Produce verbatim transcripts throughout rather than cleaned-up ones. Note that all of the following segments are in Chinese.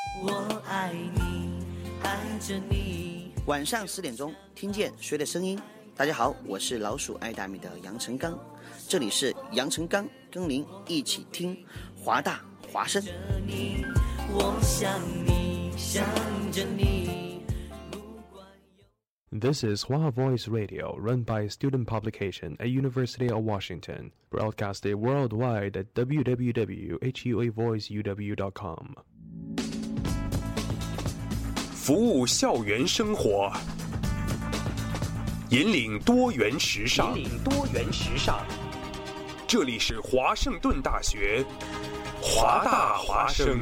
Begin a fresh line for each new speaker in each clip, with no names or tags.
我爱你，爱着你。
晚上十点钟，听见谁的声音？大家好，我是老鼠爱大米的杨成刚，这里是杨成刚，跟您一起听华大华声。
我想你，想着你。
This is Hua Voice Radio, run by Student Publication at University of Washington, broadcasted worldwide at w w w dot hua voice u w dot com.
服务校园生活，引领多元时尚。引领多元时尚。这里是华盛顿大学，华大华声。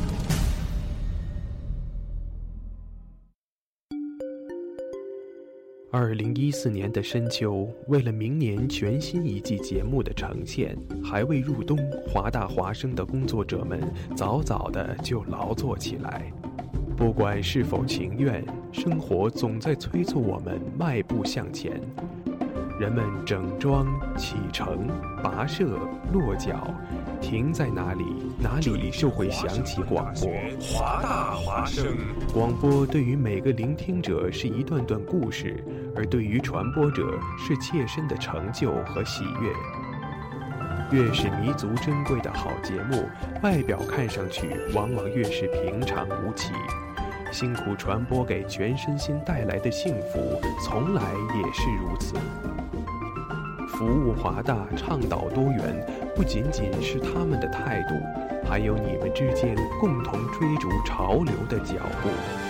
二零一四年的深秋，为了明年全新一季节目的呈现，还未入冬，华大华声的工作者们早早的就劳作起来。不管是否情愿，生活总在催促我们迈步向前。人们整装启程，跋涉落脚，停在哪里，哪里就会响起广播。
华大华声。
广播对于每个聆听者是一段段故事，而对于传播者是切身的成就和喜悦。越是弥足珍贵的好节目，外表看上去往往越是平常无奇。辛苦传播给全身心带来的幸福，从来也是如此。服务华大，倡导多元，不仅仅是他们的态度，还有你们之间共同追逐潮流的脚步。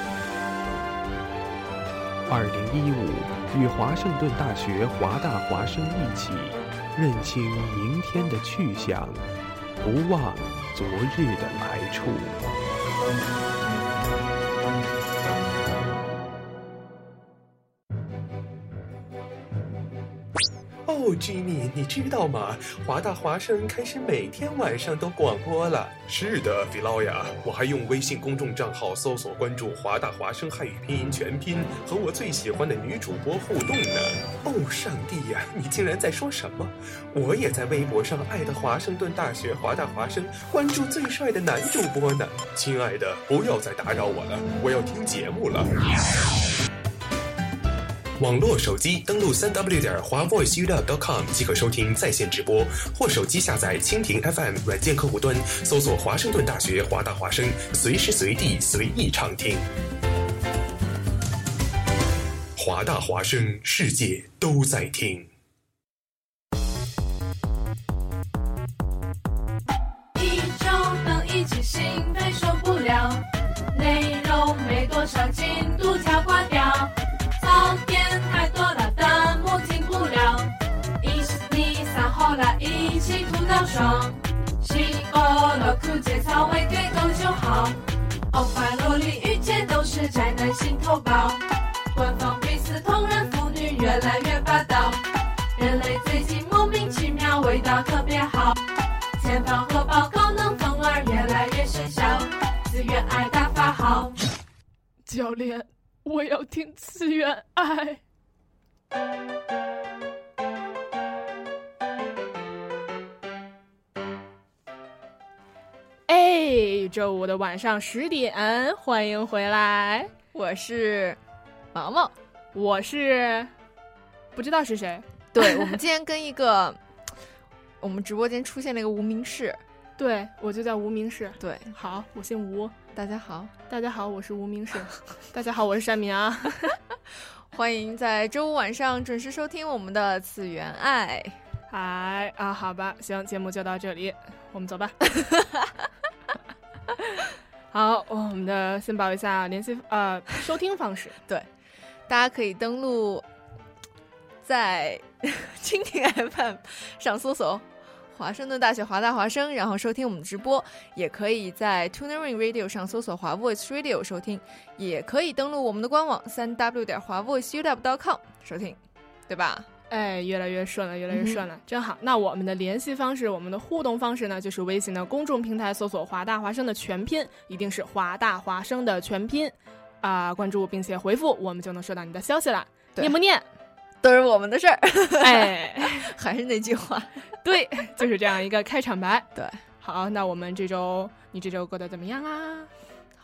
二零一五，与华盛顿大学华大华声一起，认清明天的去向，不忘昨日的来处。
哦 ，Jimmy， 你知道吗？华大华声开始每天晚上都广播了。是的 ，Philoya， 我还用微信公众账号搜索关注华大华声汉语拼音全拼，和我最喜欢的女主播互动呢。哦，上帝呀，你竟然在说什么？我也在微博上爱的华盛顿大学华大华声关注最帅的男主播呢。亲爱的，不要再打扰我了，我要听节目了。网络手机登录 三 w 点华 voice u w dot com 即可收听在线直播，或手机下载蜻蜓 F M 软件客户端，搜索华盛顿大学华大华声，随时随地随意畅听。华大华声，世界都在听。
一周能一起兴奋受不了，内容没多少进度条挂掉，槽点太多了，弹幕停不了，一是你撒后来一起吐到爽，西欧了酷节操为对狗就好，欧巴萝莉御姐都是宅男心头宝，官方彼此同人妇女越来越霸道，人类最近莫名其妙味道特别好，前方荷包高能风儿越来越生效，自愿爱大法好。
教练，我要听次元爱。哎，周五的晚上十点，欢迎回来，
我是毛毛，
我是不知道是谁。
对，我们今天跟一个我们直播间出现了一个无名氏，
对，我就叫无名氏。
对，
好，我姓吴。
大家好，
大家好，我是无名氏。大家好，我是山民啊。
欢迎在周五晚上准时收听我们的次元爱。
嗨啊，好吧，行，节目就到这里，我们走吧。好，我们的先报一下联系呃收听方式。
对，大家可以登录在蜻蜓 F M 上搜索华盛顿大学华大华声，然后收听我们的直播，也可以在 TunerIn Radio 上搜索华 Voice Radio 收听，也可以登录我们的官网 三 w 点华 voice u w dot com 收听，对吧？
哎，越来越顺了，越来越顺了，嗯、真好。那我们的联系方式，我们的互动方式呢，就是微信的公众平台搜索华大华声的全拼，一定是华大华声的全拼啊、呃，关注并且回复，我们就能收到你的消息了。念不念
都是我们的事儿。
哎，
还是那句话，
对，就是这样一个开场白。
对，
好，那我们这周你这周过得怎么样啊？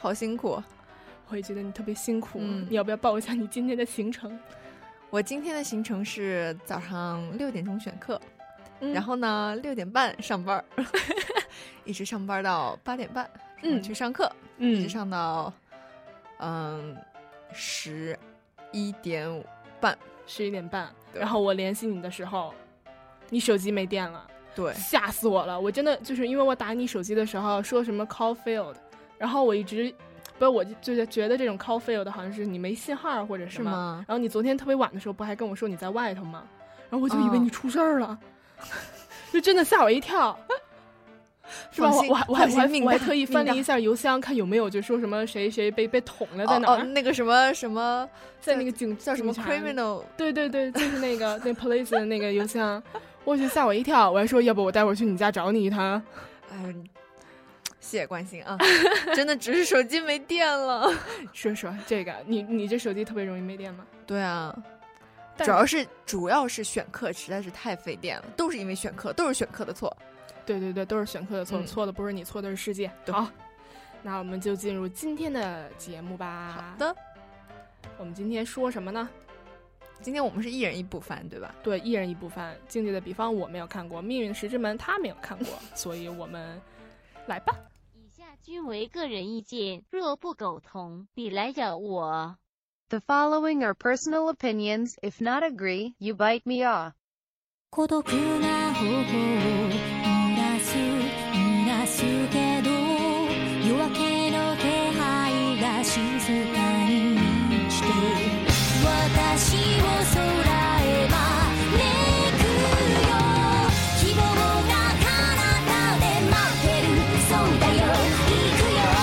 好辛苦。
我也觉得你特别辛苦。
嗯
你要不要报一下你今天的行程？
我今天的行程是早上六点钟选课，
嗯
然后呢六点半上班一直上班到八点半，然后去上课，
嗯
一直上到嗯十一点半。
十一点半，
对
然后我联系你的时候，你手机没电了，
对，
吓死我了！我真的就是因为我打你手机的时候说什么 call failed， 然后我一直不是，我就就觉得这种 call failed 好像是你没信号或者什么。
是吗？
然后你昨天特别晚的时候不还跟我说你在外头吗？然后我就以为你出事儿了，哦、就真的吓我一跳。是吧？我我还我还我还我还特意翻了一下邮箱，看有没有就说什么谁谁被被捅了在哪儿、
哦哦。那个什么什么，
在那个警
叫什么 criminal，
对对对，就是那个那 police 的那个邮箱，我去吓我一跳。我还说要不我待会儿去你家找你一趟。
哎，谢谢关心啊！真的只是手机没电了。
说说这个，你你这手机特别容易没电吗？
对啊，主要是主要是选课实在是太费电了，都是因为选课，都是选课的错。
对对对，都是选课的错，
嗯、
错的不是你，错的是世界。好，那我们就进入今天的节目吧。
好的，
我们今天说什么呢？
今天我们是一人一部番，对吧？
对，一人一部番。境界的比方我没有看过，命运石之门他没有看过，所以我们来吧。
以下均为个人意见，若不苟同，必来找我。
The following are personal opinions. If not agree, you bite me off.
孤独な頬を濡らす濡らすけど夜明けの気配が静かに満ちて私を空へ招くよ希望が彼方で待ってるそうだよ行くよ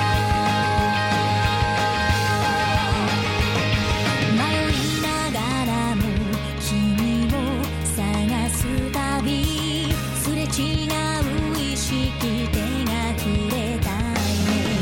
迷いながらも君を探すたびすれ違う意識手がくれたいね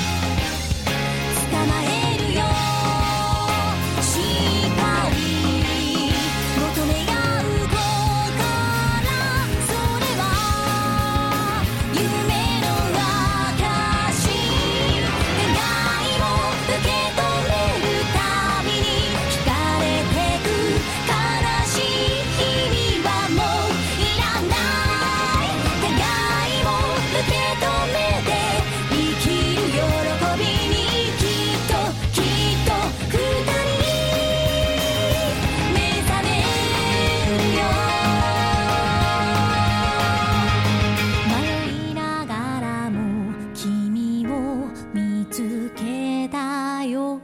捕まえるよしっかり求め合う心それは夢の証願いを受け止めるたびに惹かれてく悲しい日々はもういらない互いを受け止めて生きる喜びにきっときっと二人目覚めるよ迷いながらも君を見つけたよ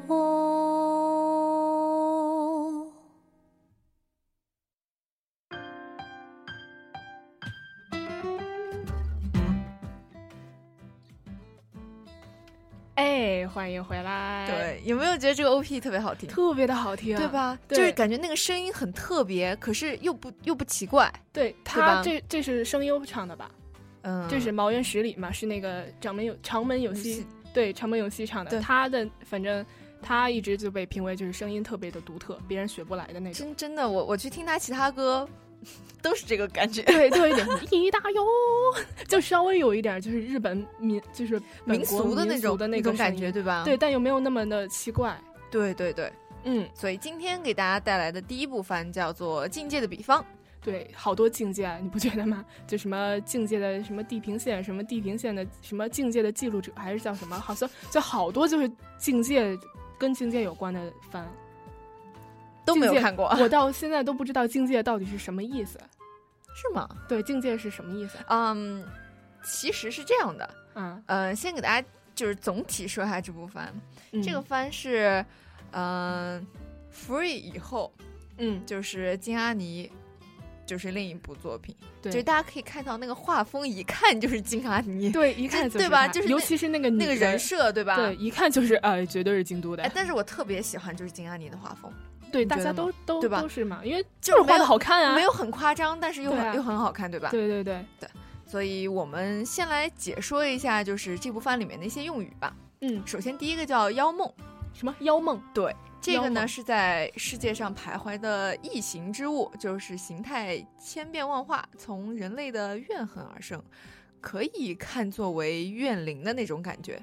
哎，欢迎回来。
对，有没有觉得这个 O P 特别好听？
特别的好听，
对吧？
对
就是感觉那个声音很特别，可是又不又不奇怪。
对，
对
他
吧
这这是声优唱的吧？
嗯，
这是毛原十里嘛，是那个长门有长门有希，对，长门有希唱的。
对
他的反正他一直就被评为就是声音特别的独特，别人学不来的那种。
真真的，我我去听他其他歌，都是这个感觉。
对，都有一点一大哟，就稍微有一点就是日本民就是本
民
国
俗的那种
民俗的那
那种感
声音
觉，对吧？
对，但又没有那么的奇怪。
对对对，
嗯，
所以今天给大家带来的第一部番叫做《境界的比方》。
对，好多境界，你不觉得吗？就什么境界的什么地平线，什么地平线的什么境界的记录者，还是叫什么？好像就好多就是境界跟境界有关的番，
都没有
境界
看过。
我到现在都不知道境界到底是什么意思。
是吗？
对，境界是什么意思？
嗯，其实是这样的。
嗯
呃，先给大家就是总体说一下这部番。
嗯
这个番是，嗯、呃、，Free 以后，
嗯，
就是金阿尼。就是另一部作品，
对，
就是大家可以看到那个画风，一看就是金阿尼，
对，一看就是
对吧？就是
尤其是那个
那个人设，对吧？
对，一看就是呃，绝对是京都的。
哎，但是我特别喜欢就是金阿尼的画风，
对，大家都都
对吧？
都是嘛，因为
就是
画的好看啊，
没有很夸张，但是又很、
啊、
又很好看，对吧？
对对对
对，所以我们先来解说一下，就是这部番里面的一些用语吧。
嗯，
首先第一个叫妖梦，
什么妖梦？
对。这个呢是在世界上徘徊的异形之物，就是形态千变万化，从人类的怨恨而生，可以看作为怨灵的那种感觉。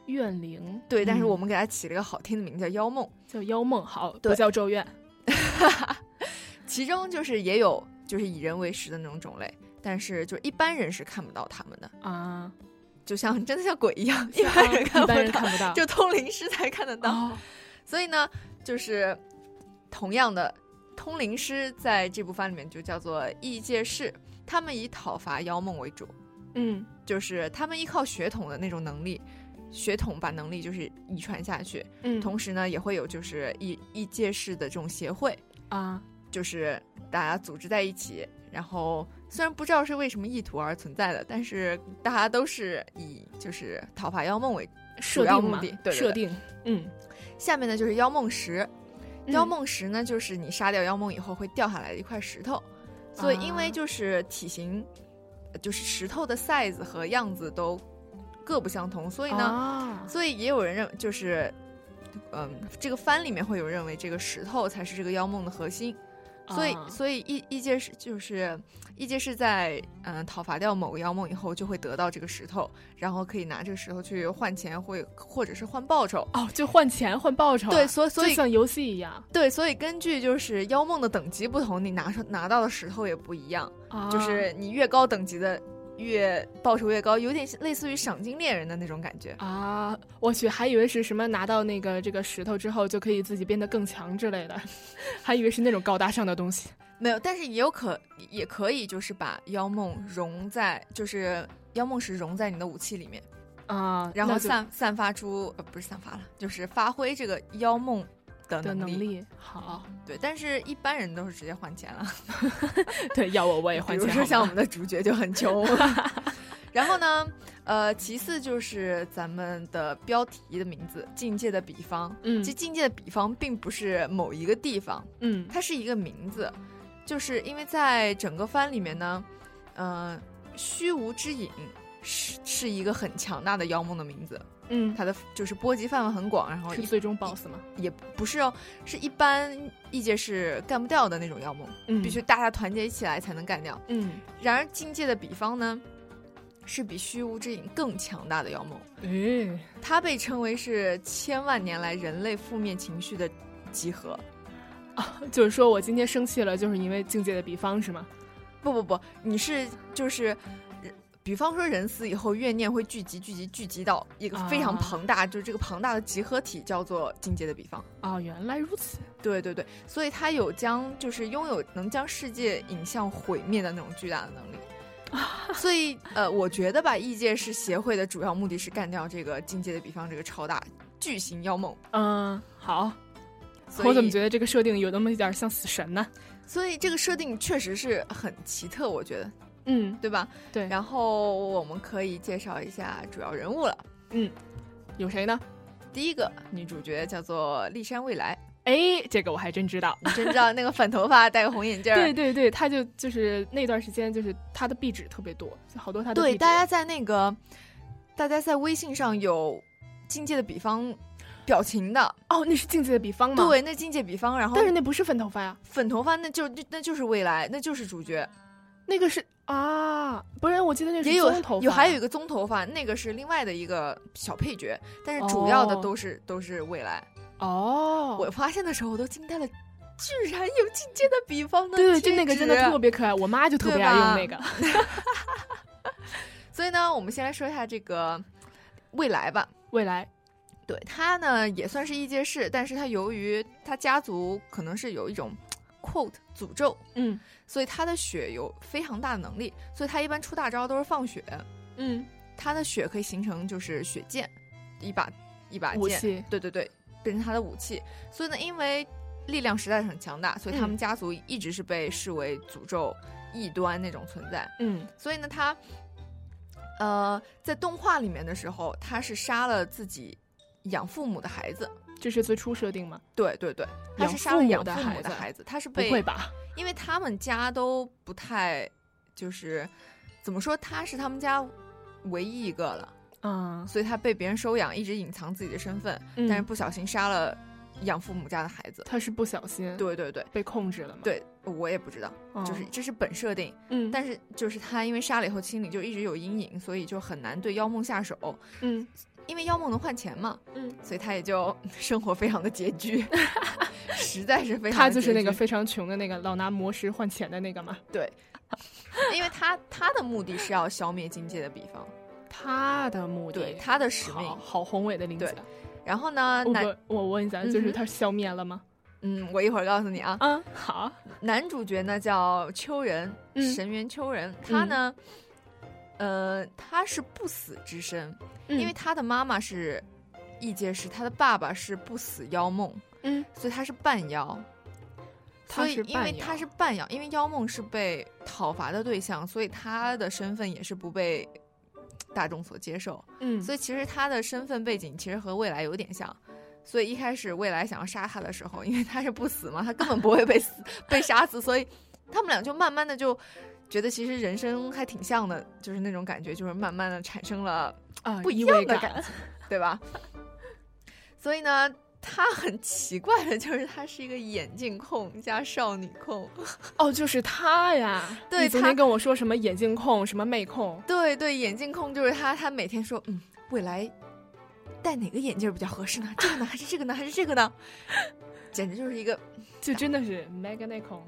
怨灵，
对，但是
嗯
我们给它起了个好听的名字叫妖梦，
叫妖梦，好，
对
不叫咒怨。
其中就是也有就是以人为食的那种种类，但是就一般人是看不到它们的
啊，
就像真的像鬼一样，一般人看
一般
不到，
人看不到
就通灵师才看得到。
哦
所以呢，就是同样的，通灵师在这部番里面就叫做异界士，他们以讨伐妖梦为主，
嗯，
就是他们依靠血统的那种能力，血统把能力就是遗传下去，
嗯
同时呢也会有就是异异界士的这种协会
啊，
就是大家组织在一起，然后虽然不知道是为什么意图而存在的，但是大家都是以就是讨伐妖梦为
设定嘛
主要目的，对对对
设定，嗯，
下面呢就是妖梦石，
嗯
妖梦石呢就是你杀掉妖梦以后会掉下来的一块石头，所以因为就是体型，就是石头的 size 和样子都各不相同，所以呢，
啊
所以也有人认就是，嗯，这个番里面会有认为这个石头才是这个妖梦的核心。所以，
啊
所以异异界是就是异界是在嗯讨伐掉某个妖梦以后，就会得到这个石头，然后可以拿这个石头去换钱，或或者是换报酬。
哦，就换钱换报酬啊，
对，所以所以
就像游戏一样。
对，所以根据就是妖梦的等级不同，你拿出拿到的石头也不一样。
啊
就是你越高等级的，越报酬越高，有点类似于赏金猎人的那种感觉。
啊，我去，还以为是什么拿到那个这个石头之后就可以自己变得更强之类的，还以为是那种高大上的东西。
没有，但是也有可也可以就是把妖梦融在，就是妖梦石融在你的武器里面
啊，
然后
那就
散散发出呃不是散发了，就是发挥这个妖梦的
的
能力。
能力好，
对，但是一般人都是直接换钱了。
对，要我我也换钱。
比如说像我们
的
的主角就很穷。然后呢，呃，其次就是咱们的标题的名字“境界的彼方”。
嗯
其实境界的彼方并不是某一个地方，
嗯，
它是一个名字，就是因为在整个番里面呢，呃，虚无之影是是一个很强大的妖梦的名字。
嗯，
它的就是波及范围很广，然后一
是最终 boss 吗？
也不是哦，是一般异界是干不掉的那种妖梦，
嗯
必须大家团结起来才能干掉。
嗯，
然而境界的彼方呢，是比虚无之影更强大的妖梦。
诶，
它被称为是千万年来人类负面情绪的集合。
啊，就是说我今天生气了，就是因为境界的彼方是吗？
不不不，你是就是。比方说，人死以后，怨念会聚集、聚集、聚集到一个非常庞大，啊、就是这个庞大的集合体，叫做境界的彼方。
哦，原来如此。
对对对，所以它有将就是拥有能将世界引向毁灭的那种巨大的能力。所以呃，我觉得吧，异界是协会的主要目的是干掉这个境界的彼方这个超大巨型妖梦。
嗯，好。
所以
我怎么觉得这个设定有那么一点像死神呢？
所以这个设定确实是很奇特，我觉得。
嗯，
对吧？
对。
然后我们可以介绍一下主要人物了。
嗯，有谁呢？
第一个女主角叫做立山未来。
哎，这个我还真知道，
你真知道那个粉头发，戴个红眼镜儿。
对对对，她就就是那段时间，就是她的壁纸特别多，好多她的壁纸。
对，大家在那个，大家在微信上有境界的彼方表情的。
哦，那是境界的彼方吗？
对，那境界彼方，然后
但是那不是粉头发呀，
粉头发那就那就是未来，那就是主角。
那个是啊，不是，我记得那是
也有
棕头发，
有还有一个棕头发，那个是另外的一个小配角，但是主要的都是、哦、都是未来。
哦，
我发现的时候我都惊呆了，居然有境界的彼方的
对，就那个真的特别可爱，我妈就特别爱用那个。
所以呢，我们先来说一下这个未来吧。
未来，
对他呢也算是异界士，但是他由于他家族可能是有一种 quote 诅咒，
嗯，
所以他的血有非常大的能力，所以他一般出大招都是放血。
嗯，
他的血可以形成就是血剑，一把一把剑，
武器，
对对对，变成他的武器。所以呢，因为力量实在是很强大，所以他们家族一直是被视为诅咒异端那种存在。
嗯，
所以呢，他呃在动画里面的时候，他是杀了自己养父母的孩子。
这是最初设定吗？
对对对，他是杀了养父母的孩子，他是被
不会吧？
因为他们家都不太，就是怎么说，他是他们家唯一一个了，
嗯，
所以他被别人收养，一直隐藏自己的身份，
嗯、
但是不小心杀了养父母家的孩子。
他是不小心，
对对对，
被控制了吗？
对，我也不知道，
哦、
就是这是本设定，
嗯，
但是就是他因为杀了以后心里就一直有阴影，所以就很难对妖梦下手，
嗯，
因为妖梦能换钱嘛，
嗯，
所以他也就生活非常的拮据，实在是非常的拮据。
他就是那个非常穷的那个老拿魔石换钱的那个嘛。
对，因为他他的目的是要消灭境界的比方，
他的目的，
对他的使命，
好, 好宏伟的理解。
然后呢，
我我问一下，就是他消灭了吗？
嗯，我一会儿告诉你啊。
嗯，好。
男主角呢叫秋人，
嗯、
神原秋人，他呢。嗯呃，他是不死之身，嗯、因为他的妈妈是异界师，他的爸爸是不死妖梦，
嗯，
所以他是半妖。
他是
因为他是半妖，因为妖梦是被讨伐的对象，所以他的身份也是不被大众所接受。
嗯，
所以其实他的身份背景其实和未来有点像。所以一开始未来想要杀他的时候，因为他是不死嘛，他根本不会被死被杀死，所以他们俩就慢慢的就。觉得其实人生还挺像的，就是那种感觉，就是慢慢的产生了不一样的感觉，
啊、
对吧？所以呢，他很奇怪的就是他是一个眼镜控加少女控。
哦，就是他呀！
对，
你昨天跟我说什么眼镜控，什么妹控？
对对，眼镜控就是他，他每天说，嗯，未来戴哪个眼镜比较合适呢？这个呢，还是这个呢，还是这个呢？简直就是一个，
就真的是 mega 内控。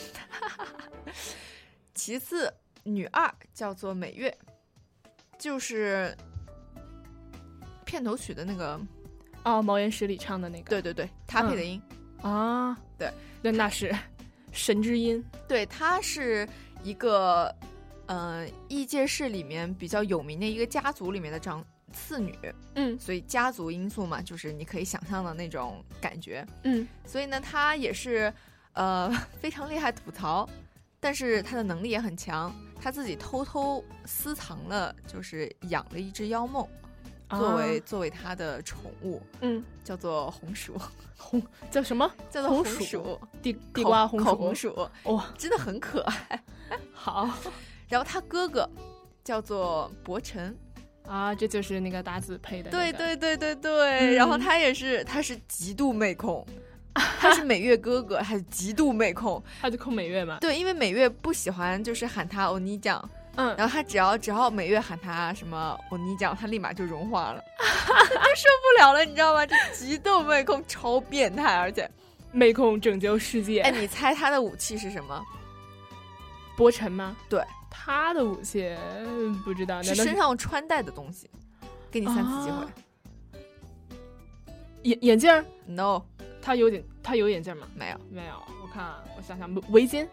其次，女二叫做美月，就是片头曲的那个
哦，毛岩十里唱的那个，
对对对，她配的音、
嗯、啊，
对，
那那是神之音，
对，她是一个呃异界市里面比较有名的一个家族里面的长次女，
嗯，
所以家族因素嘛，就是你可以想象的那种感觉，
嗯，
所以呢，她也是呃非常厉害吐槽。但是他的能力也很强，他自己偷偷私藏了，就是养了一只妖梦，
啊、
作为作为他的宠物，
嗯，
叫做红薯，
红叫什么？
叫做红薯，
地地瓜红薯，
口红薯，
哇、哦，
真的很可爱。
好，
然后他哥哥叫做伯辰，
啊，这就是那个达子配的、那
对
个，
对对对对，嗯、然后他也是，他是极度妹控。他是美月哥哥，还是极度妹控，
他就控美月嘛。
对，因为美月不喜欢，就是喊他欧尼酱，
嗯，
然后他只要只要美月喊他什么欧尼酱，他立马就融化了，他就受不了了，你知道吗？这极度妹控超变态，而且
妹控拯救世界。
哎，你猜他的武器是什么？
伯辰吗？
对，
他的武器不知道，
是身上穿戴的东西。给你三次机会。啊、
眼眼镜
？No。
他有点，他有眼镜吗？
没有，
没有。我看，我想想，围巾。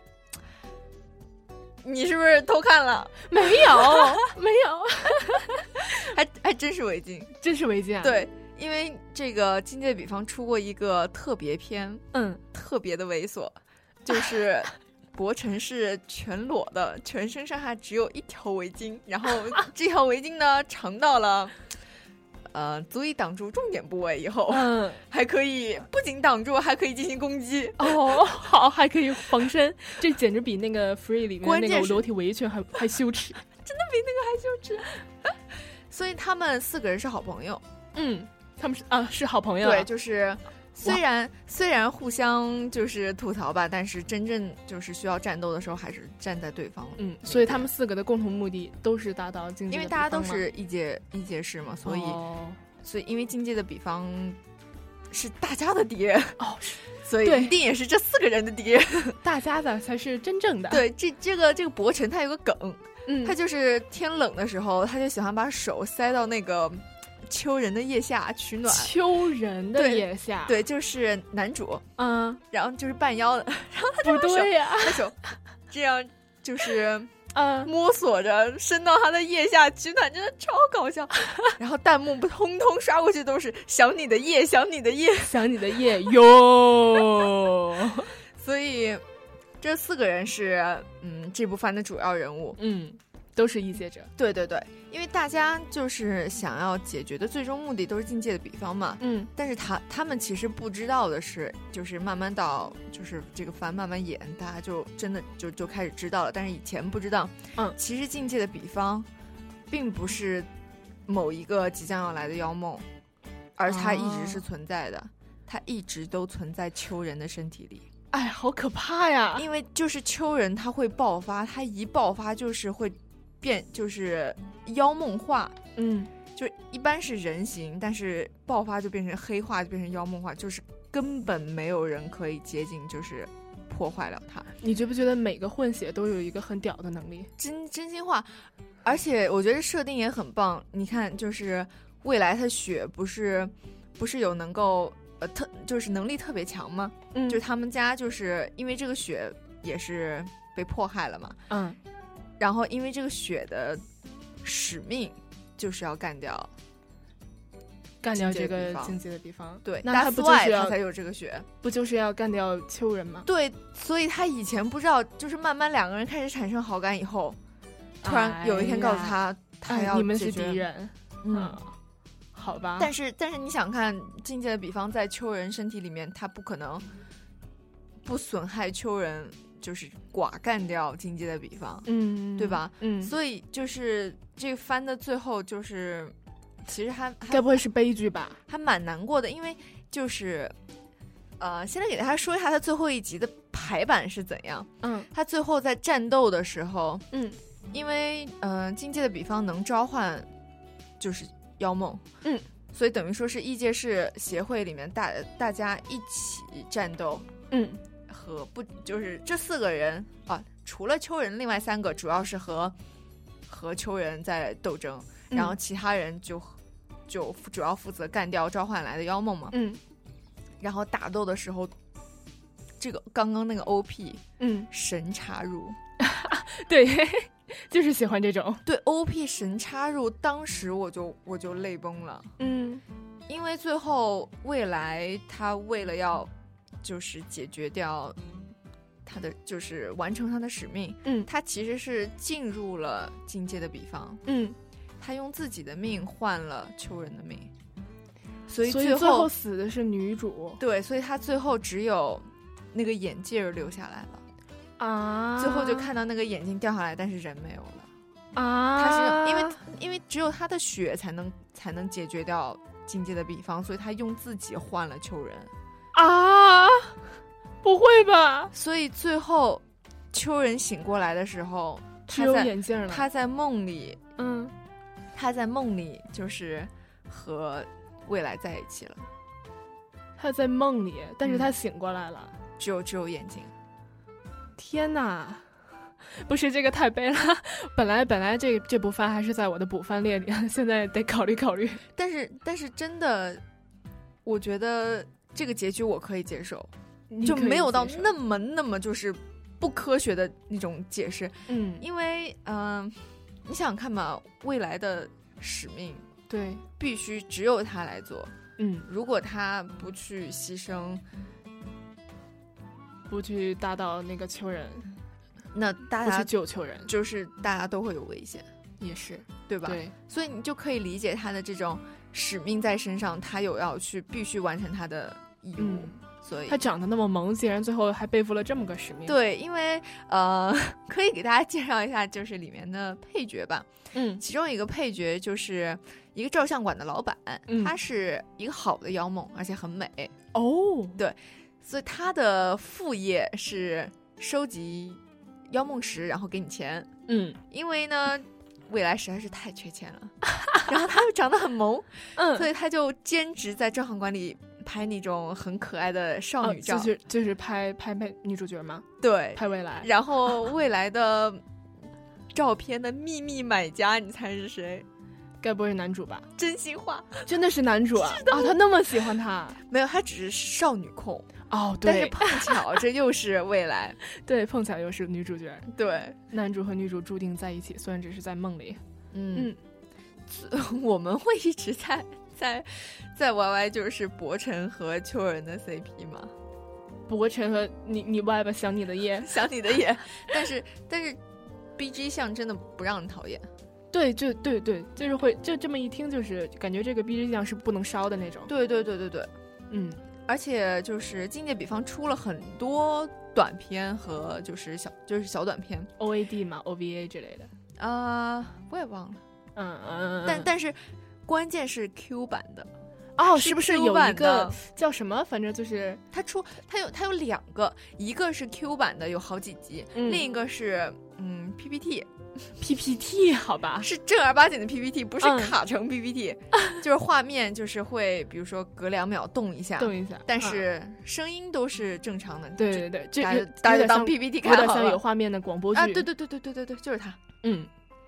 你是不是偷看了？
没有，没有，
还还真是围巾，
真是围巾啊！
对，因为这个境界比方出过一个特别篇，
嗯，
特别的猥琐，就是伯辰是全裸的，全身上下只有一条围巾，然后这条围巾呢长到了。呃，足以挡住重点部位以后，
嗯，
还可以不仅挡住，还可以进行攻击。
哦，好，还可以防身，这简直比那个 Free 里面那个裸体围裙还还羞耻，
真的比那个还羞耻。所以他们四个人是好朋友，
嗯，他们是啊是好朋友，
对，就是虽然虽然互相就是吐槽吧，但是真正就是需要战斗的时候，还是站在对方。
嗯，所以他们四个的共同目的都是达到境界的比方吗？
因为大家都是异界异界士嘛，所以、
哦、
所以因为境界的比方是大家的敌人
哦，
所以一定也是这四个人的敌人，
大家的才是真正的。
对，这这个这个伯辰他有个梗，
嗯，
他就是天冷的时候，他就喜欢把手塞到那个。秋人的腋下取暖，
秋人的腋下，
对，对就是男主，
嗯，
然后就是半腰的，然后他
不对呀、啊，
他手这样就是
嗯
摸索着伸到他的腋下取暖，真的超搞笑。然后弹幕通通刷过去都是想你的腋，想你的腋，
想你的腋哟。
所以这四个人是嗯这部番的主要人物，
嗯。都是异界者，
对对对，因为大家就是想要解决的最终目的都是境界的比方嘛，
嗯，
但是他他们其实不知道的是，就是慢慢到就是这个番慢慢演，大家就真的就就开始知道了，但是以前不知道，
嗯，
其实境界的比方，并不是某一个即将要来的妖梦，而它一直是存在的，哦、它一直都存在秋人的身体里。
哎，好可怕呀！
因为就是秋人他会爆发，他一爆发就是会。变就是妖梦化，
嗯，
就一般是人形，但是爆发就变成黑化，就变成妖梦化，就是根本没有人可以接近，就是破坏了它。
你觉不觉得每个混血都有一个很屌的能力？
真真心话，而且我觉得设定也很棒。你看，就是未来他血不是不是有能够呃特就是能力特别强吗？
嗯，
就他们家就是因为这个血也是被迫害了嘛。
嗯，
然后因为这个血的使命就是要干掉。
干掉这个境界的地方，
对，
那他不就是要
他才有这个血？
不就是要干掉丘人吗？
对，所以他以前不知道，就是慢慢两个人开始产生好感以后，突然有一天告诉他，
哎、
他要、
哎、你们是敌人，
嗯，
嗯好吧。
但是但是你想看境界的比方，在丘人身体里面，他不可能不损害丘人，就是寡干掉境界的比方，
嗯，
对吧？
嗯，
所以就是这个番的最后就是。其实还
该不会是悲剧吧？
还蛮难过的，因为就是，呃，现在给大家说一下他最后一集的排版是怎样。
嗯，
他最后在战斗的时候，
嗯，
因为呃，境界的比方能召唤就是妖梦，
嗯，
所以等于说是异界市协会里面大大家一起战斗，
嗯，
和不就是这四个人啊，除了丘人，另外三个主要是和和丘人在斗争。然后其他人就就主要负责干掉召唤来的妖梦嘛。
嗯。
然后打斗的时候，这个刚刚那个 O P，
嗯，
神插入，
对，就是喜欢这种。
对 O P 神插入，当时我就我就泪崩了。
嗯，
因为最后未来他为了要就是解决掉他的就是完成他的使命，
嗯，
他其实是进入了境界的比方，
嗯。
他用自己的命换了丘人的命，所以
最后，
所以最后
死的是女主。
对，所以他最后只有那个眼镜留下来了
啊！
最后就看到那个眼镜掉下来，但是人没有了
啊！
他是因为因为只有他的血才能才能解决掉境界的比方，所以他用自己换了丘人
啊！不会吧？
所以最后丘人醒过来的时候，
只有眼镜了。
他在梦里，
嗯。
他在梦里就是和未来在一起了。
他在梦里，但是他醒过来了，
嗯、只有只有眼睛。
天哪，不是这个太悲了。本来本来这这部番还是在我的补番列里，现在得考虑考虑。
但是但是真的，我觉得这个结局我可以接受，就没有到那么那么就是不科学的那种解释。
嗯，
因为嗯。呃你想想看嘛，未来的使命，
对，
必须只有他来做。
嗯，
如果他不去牺牲，
不去打倒那个丘人，
那大家
不去救丘人，
就是大家都会有危险，
也是
对吧？
对，
所以你就可以理解他的这种使命在身上，他有要去必须完成他的义务。
嗯，
所以
他长得那么萌，竟然最后还背负了这么个使命。
对，因为呃，可以给大家介绍一下，就是里面的配角吧。
嗯，
其中一个配角就是一个照相馆的老板，
嗯、
他是一个好的妖梦，而且很美。
哦，
对，所以他的副业是收集妖梦石，然后给你钱。
嗯，
因为呢，未来实在是太缺钱了，然后他又长得很萌，
嗯，
所以他就兼职在照相馆里拍那种很可爱的少女照，
哦、就是就是拍拍拍女主角吗？
对，
拍未来。
然后未来的照片的秘密买家，你猜是谁？
该不会是男主吧？
真心话，
真的是男主啊！啊，他那么喜欢他？
没有，他只是少女控。
哦，对。
但是碰巧这又是未来，
对，碰巧又是女主角。
对，
男主和女主注定在一起，虽然只是在梦里。
嗯嗯，我们会一直在在在 Y Y 就是博晨和秋人的 C P 吗？
博晨和你你 Y 吧，想你的夜，
想你的夜。但是但是 B G 项真的不让人讨厌。
对，就对对，就是会就这么一听，就是感觉这个 B G 项是不能烧的那种。
对对对对对，
嗯，
而且就是境界比方出了很多短片和就是小就是小短片
O A D 嘛 O V A 之类的
啊、呃，我也忘了。
嗯嗯，
但但是关键是 Q 版的
哦，是不是有一个叫什么？反正就是
它出它有它有两个，一个是 Q 版的，有好几集，
嗯、
另一个是嗯 P P T。
P P T 好吧，
是正儿八经的 P P T， 不是
嗯
卡成 P P T，、嗯、就是画面就是会，比如说隔两秒动一下，
动一下，
但是声音都是正常的。
对对对，这
大家大家就当 P P T 看好了，
有点像有画面的广播剧
啊！对对对对对对对，就是它。
嗯，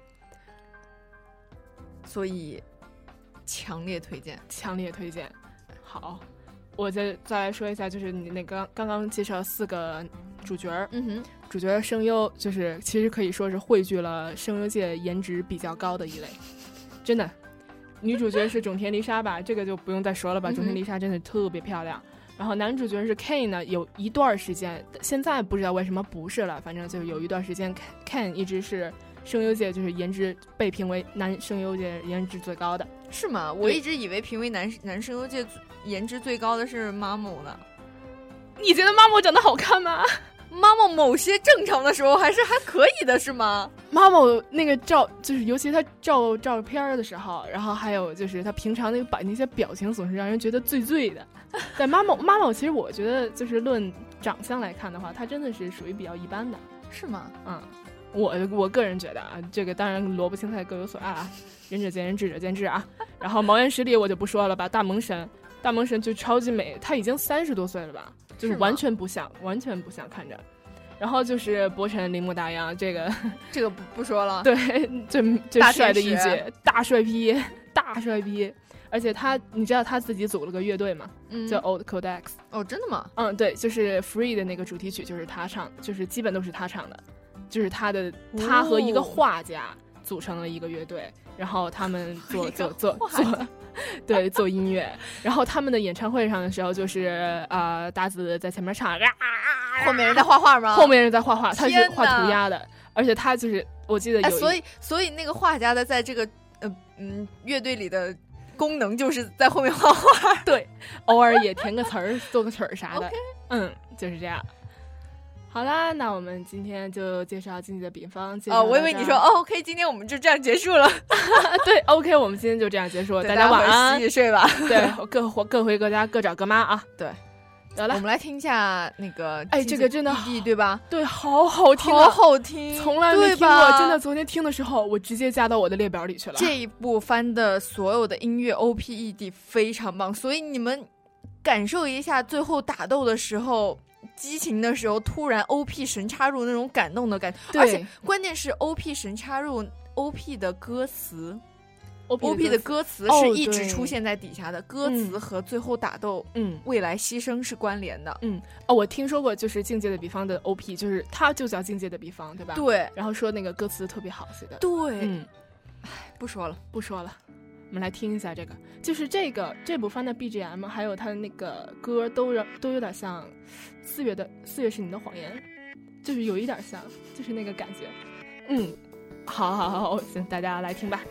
所以强烈推荐，
强烈推荐。好，我再再来说一下，就是你那个刚刚介绍四个主角，
嗯哼，
主角声优就是其实可以说是汇聚了声优界颜值比较高的一类，真的。女主角是种田梨沙吧，这个就不用再说了吧，
嗯、
种田梨沙真的特别漂亮。然后男主角是 Ken 呢，有一段时间，现在不知道为什么不是了，反正就是有一段时间 Ken 一直是声优界就是颜值被评为男声优界颜值最高的。
是吗？我一直以为评为男男声优界颜值最高的是 Mamo 呢。
你觉得 Mamo 长得好看吗
？Mamo 某些正常的时候还是还可以的，是吗
？Mamo 那个照就是尤其他照照片的时候，然后还有就是他平常那个摆那些表情，总是让人觉得醉醉的。但 Mamo Mamo 其实我觉得就是论长相来看的话，他真的是属于比较一般的。
是吗？
嗯，我我个人觉得啊，这个当然萝卜青菜各有所爱啊，仁者见仁，智者见智啊。然后毛原实力我就不说了吧，大萌神，大萌神就超级美，他已经三十多岁了吧，就是完全不像，完全不像看着。然后就是博辰铃木大洋，这个
这个不不说了，
对，最最帅的一姐，大帅逼，大帅逼。而且他，你知道他自己组了个乐队吗？
嗯，
叫 Old Codex。
哦，真的吗？
嗯，对，就是 Free 的那个主题曲就是他唱，就是基本都是他唱的，就是他的，他和一个画家组成了一个乐队，然后他们做做做做，对，做音乐。然后他们的演唱会上的时候，就是呃，大子在前面唱，啊，
后面人在画画吗？
后面人在画画，他是画涂鸦的，而且他就是我记得有、
哎，所以所以那个画家的在这个呃嗯乐队里的功能就是在后面画画，
对，偶尔也填个词儿、做个曲儿啥的，
okay.
嗯，就是这样。好啦，那我们今天就介绍经济的比方。
哦，我以为你说哦 ，OK， 今天我们就这样结束了。
对 ，OK， 我们今天就这样结束，大家晚安，
洗洗睡吧。
对，各回各回各家，各找各妈啊。
对，
得了，
我们来听一下那个，
哎，这个真的
弟弟对吧？
对，好好听，
好好听，
从来没听过。真的，昨天听的时候，我直接加到我的列表里去了。
这一部番的所有的音乐 O P E D 非常棒，所以你们感受一下最后打斗的时候。激情的时候突然 O P 神插入那种感动的感觉，而且关键是 O P 神插入 O P 的歌词
O
P 的歌词是一直出现在底下的，
哦、
歌词和最后打斗
嗯
未来牺牲是关联的。
嗯哦，我听说过就是境界的比方的 O P， 就是它就叫境界的比方，对吧？
对，
然后说那个歌词特别好写的。
对，
嗯，
唉，不说了
不说了，我们来听一下这个，就是这个这部番的 B G M 还有它的那个歌都都有点像四月的四月是你的谎言，就是有一点像，就是那个感觉。嗯，好好好，行，大家来听吧。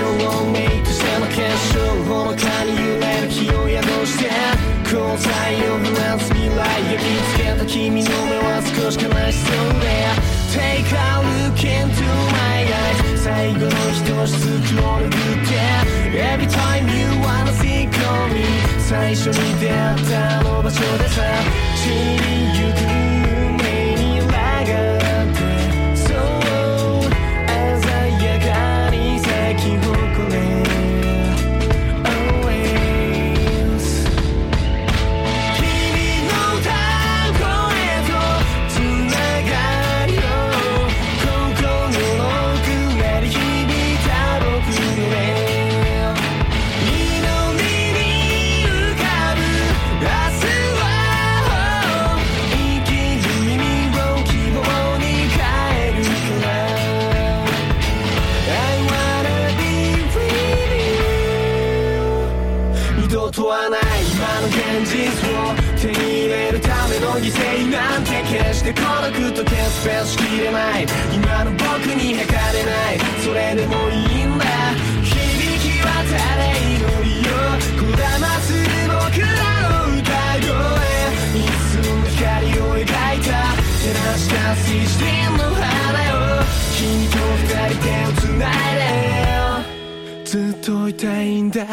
交際を少しずつ俺振って Every time you wanna think of me 最初に出会ったあの場所でさ散りゆく夢に裏があってそう鮮やかに咲き誇れ問わない今の現実を手に入れるための犠牲なんて決して孤独と決別しきれない今の僕に測れないそれでもいいんだ響き渡れ祈りよこだまする僕らの歌声いつも光を描いた照らした水晶の花を君と二人手をつないでずっといたいんだ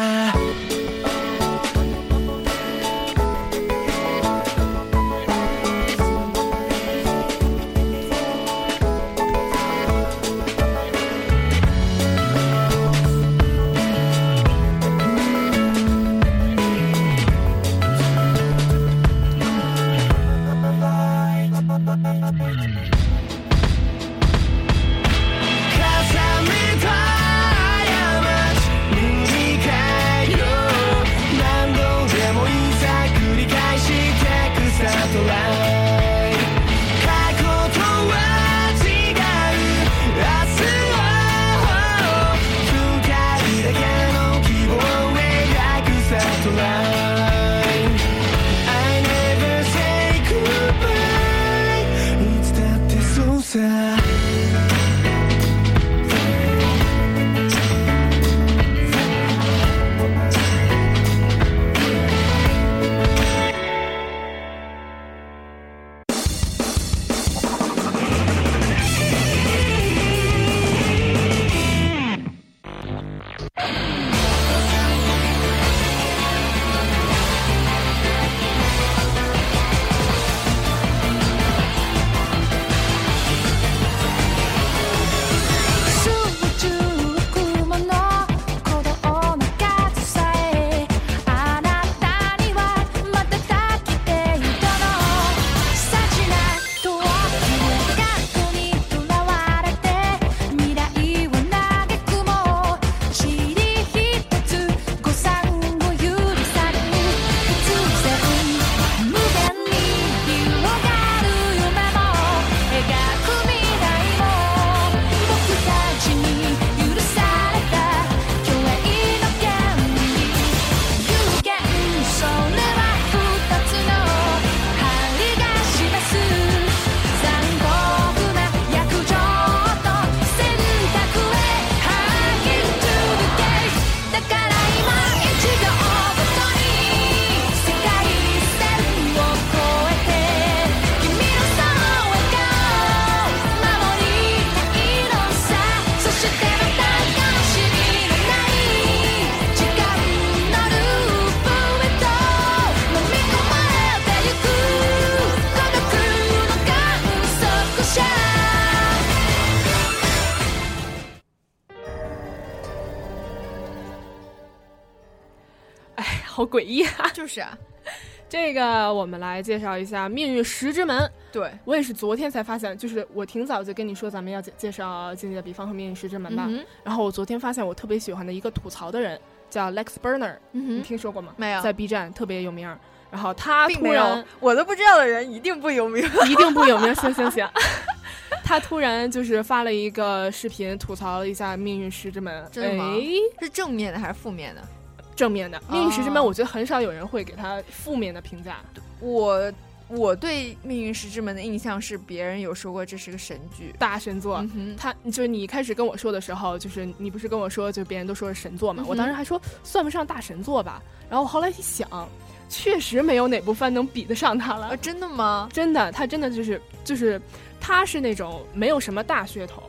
好诡异啊！
就是啊，
这个我们来介绍一下《命运石之门》。
对，
我也是昨天才发现，就是我挺早就跟你说咱们要介介绍《竞技的比方》和《命运石之门》吧、嗯。然后我昨天发现我特别喜欢的一个吐槽的人叫 Lex Burner，、嗯、你听说过吗？
没有，
在 B 站特别有名。然后他突
然，我都不知道的人一定不有名，
一定不有名。行行行。他突然就是发了一个视频，吐槽了一下《命运石之门》。
真的吗？是正面的还是负面的？
正面的《命运石之门》，我觉得很少有人会给他负面的评价。
我我对《命运石之门》的印象是，别人有说过这是个神剧、
大神作。嗯、他就是你一开始跟我说的时候，就是你不是跟我说，就别人都说是神作嘛、嗯？我当时还说算不上大神作吧。然后我后来一想，确实没有哪部番能比得上他了。
啊、真的吗？
真的，他真的就是就是他是那种没有什么大噱头。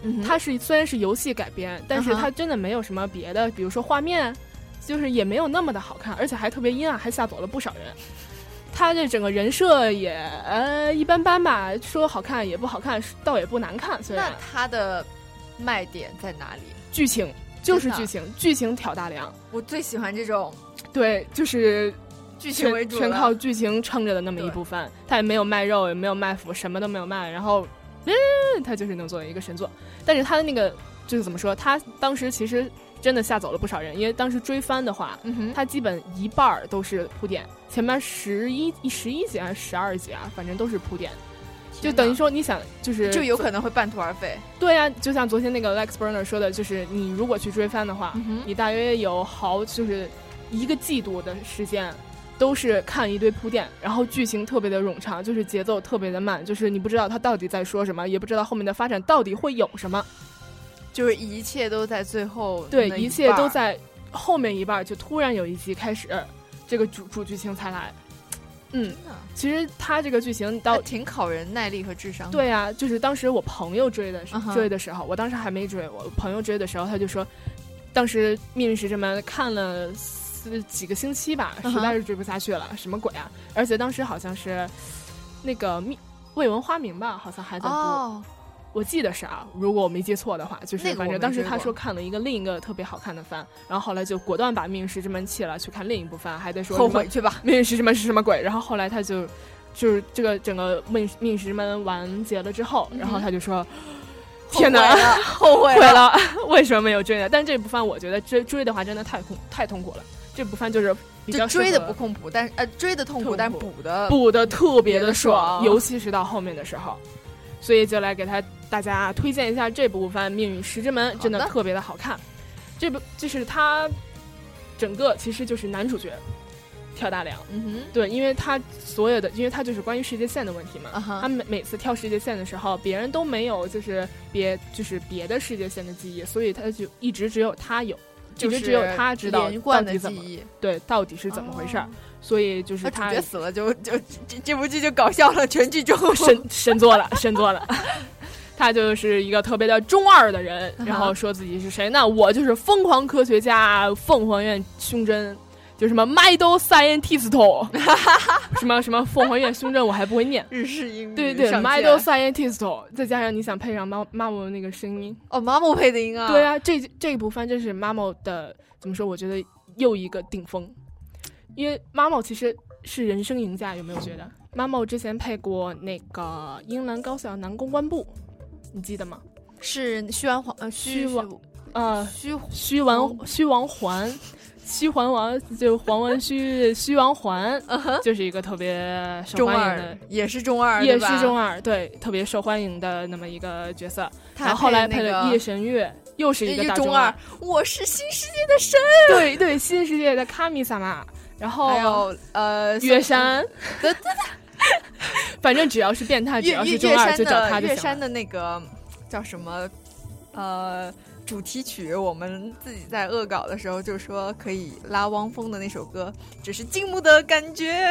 嗯，它是虽然是游戏改编，但是它真的没有什么别的，比如说画面，就是也没有那么的好看，而且还特别阴暗，还吓走了不少人。他这整个人设也呃一般般吧，说好看也不好看，倒也不难看。虽然
那他的卖点在哪里？
剧情，就是剧情，剧情挑大梁。
我最喜欢这种，
对，就是
剧情为主，
全靠剧情撑着的那么一部分。他也没有卖肉，也没有卖腐，什么都没有卖。然后，嗯，他就是能做一个神作。但是他的那个就是怎么说？他当时其实真的吓走了不少人，因为当时追番的话，
嗯、
他基本一半儿都是铺垫。前面十一十一集还是十二集啊，反正都是铺垫，就等于说你想就是
就有可能会半途而废。
对呀、啊，就像昨天那个 Lex Burner 说的，就是你如果去追番的话，
嗯、
你大约有好就是一个季度的时间都是看一堆铺垫，然后剧情特别的冗长，就是节奏特别的慢，就是你不知道他到底在说什么，也不知道后面的发展到底会有什么，
就是一切都在最后，
对，一切都在后面一半，就突然有一集开始。这个主主剧情才来，嗯，其实他这个剧情到
挺考人耐力和智商的。
对啊，就是当时我朋友追的、
uh-huh.
追的时候，我当时还没追，我朋友追的时候，他就说，当时《命运石之门》看了四几个星期吧，
uh-huh.
实在是追不下去了，什么鬼啊！而且当时好像是那个《未闻花名》吧，好像还在播。
Oh.
我记得是啊，如果我没记错的话，就是、
那个、
反正当时他说看了一个另一个特别好看的番，然后后来就果断把《命运石之门》弃了，去看另一部番，还得说
后悔去吧，
《命运石之门》是什么鬼？然后后来他就就是这个整个《命命运石之门》完结了之后，
嗯、
然后他就说：“天哪，
后悔
了，了为什么没有追呢？”但这部番我觉得追追的话真的太痛太痛苦了，这部番就是比较
就追的不痛苦，但是呃追的痛苦，但补的
补的特别的
爽，
尤其是到后面的时候。所以就来给他大家推荐一下这部番《命运石之门》，真的特别的好看。这部就是他整个其实就是男主角跳大梁，
嗯哼，
对，因为他所有的，因为他就是关于世界线的问题嘛，
uh-huh.
他每每次跳世界线的时候，别人都没有就是别就是别的世界线的记忆，所以他就一直只有他有，
就是、
一直只有他知道到底怎么对到底是怎么回事儿。Oh.所以就是他
主角死了就就这这部剧就搞笑了，全剧终
神神作了，神作了。他就是一个特别的中二的人，然后说自己是谁呢？我就是疯狂科学家凤凰院胸针，就什么 Mido Scientist， 什么什么凤凰院胸针，我还不会念
日式英语。
对对 ，Mido Scientist， 再加上你想配上妈妈某那个声音，
哦，妈某配的音啊。
对啊，这这一部番真是妈某的怎么说？我觉得又一个顶峰。因为妈某其实是人生赢家，有没有觉得？妈某之前配过那个英兰高校男公关部，你记得吗？
是虚王环呃虚
王呃
虚
虚王虚王环虚环王就黄文虚虚王环，
uh-huh.
就是一个特别受欢迎的，
也是中二，
也是中二，对，特别受欢迎的那么一个角色。
他
然后后来配了夜神月。又是一个大
中
二，
我是新世界的神，
对对，新世界的卡米萨玛，然后
还有呃
月山，对对对，反正只要是变态，只要是中二就找他就行了。
月山的那个叫什么呃主题曲，我们自己在恶搞的时候就说可以拉汪峰的那首歌，只是静木的感觉，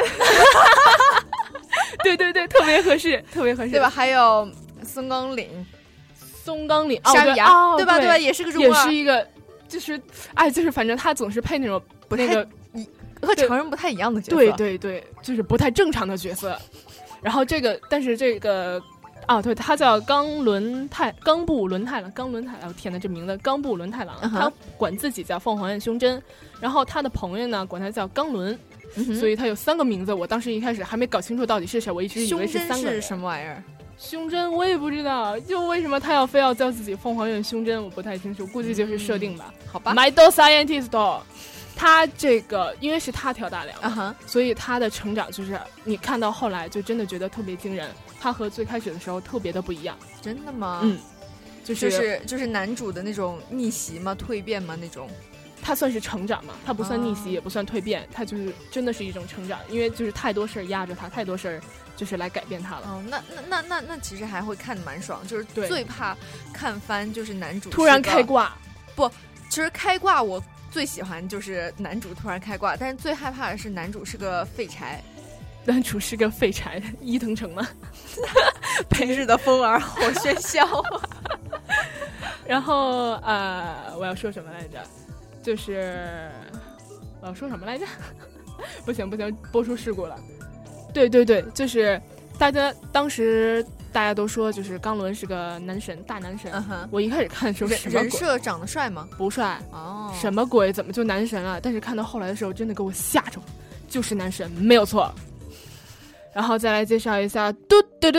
对对对，特别合适，特别合适，
对吧？还有松冈岭。
松冈岭
山崖、
哦，
对吧？
对
吧？也是个中
二，也是一个，就是哎，就是反正他总是配那种
不
那个
和常人不太一样的角色，
对对对，就是不太正常的角色。然后这个，但是这个啊，对，他叫冈伦太冈部伦太郎，冈伦太郎，天哪，这名字冈部伦太郎，
uh-huh.
他管自己叫凤凰院胸针，然后他的朋友呢管他叫冈伦。
嗯、
所以他有三个名字，我当时一开始还没搞清楚到底是谁，我一直以为是三个人。
胸针是什么玩意儿？
胸针我也不知道，就为什么他要非要叫自己凤凰院胸针，我不太清楚，估计就是设定吧。
嗯、好吧。
Mido Scientist， 他这个因为是他跳大梁，
uh-huh.
所以他的成长就是你看到后来就真的觉得特别惊人。他和最开始的时候特别的不一样。
真的吗？
嗯，就是
就是就是男主的那种逆袭吗？蜕变吗？那种。
他算是成长嘛，他不算逆袭，哦、也不算蜕变，他就是真的是一种成长，因为就是太多事儿压着他，太多事儿就是来改变他了。
哦，那那那那那其实还会看得蛮爽，就是最怕看番就是男主
突然开挂，
不，其实开挂我最喜欢就是男主突然开挂，但是最害怕的是男主是个废柴。
男主是个废柴，伊藤诚吗？
平日的风儿好喧嚣。
然后呃，我要说什么来着？就是我要说什么来着？不行不行，播出事故了。对对对，就是大家当时大家都说，就是冈伦是个男神，大男神。
Uh-huh.
我一开始看的时候，
人
什么鬼
人设长得帅吗？
不帅
哦，
oh. 什么鬼？怎么就男神了？但是看到后来的时候，真的给我吓着，就是男神，没有错。然后再来介绍一下，嘟嘟嘟，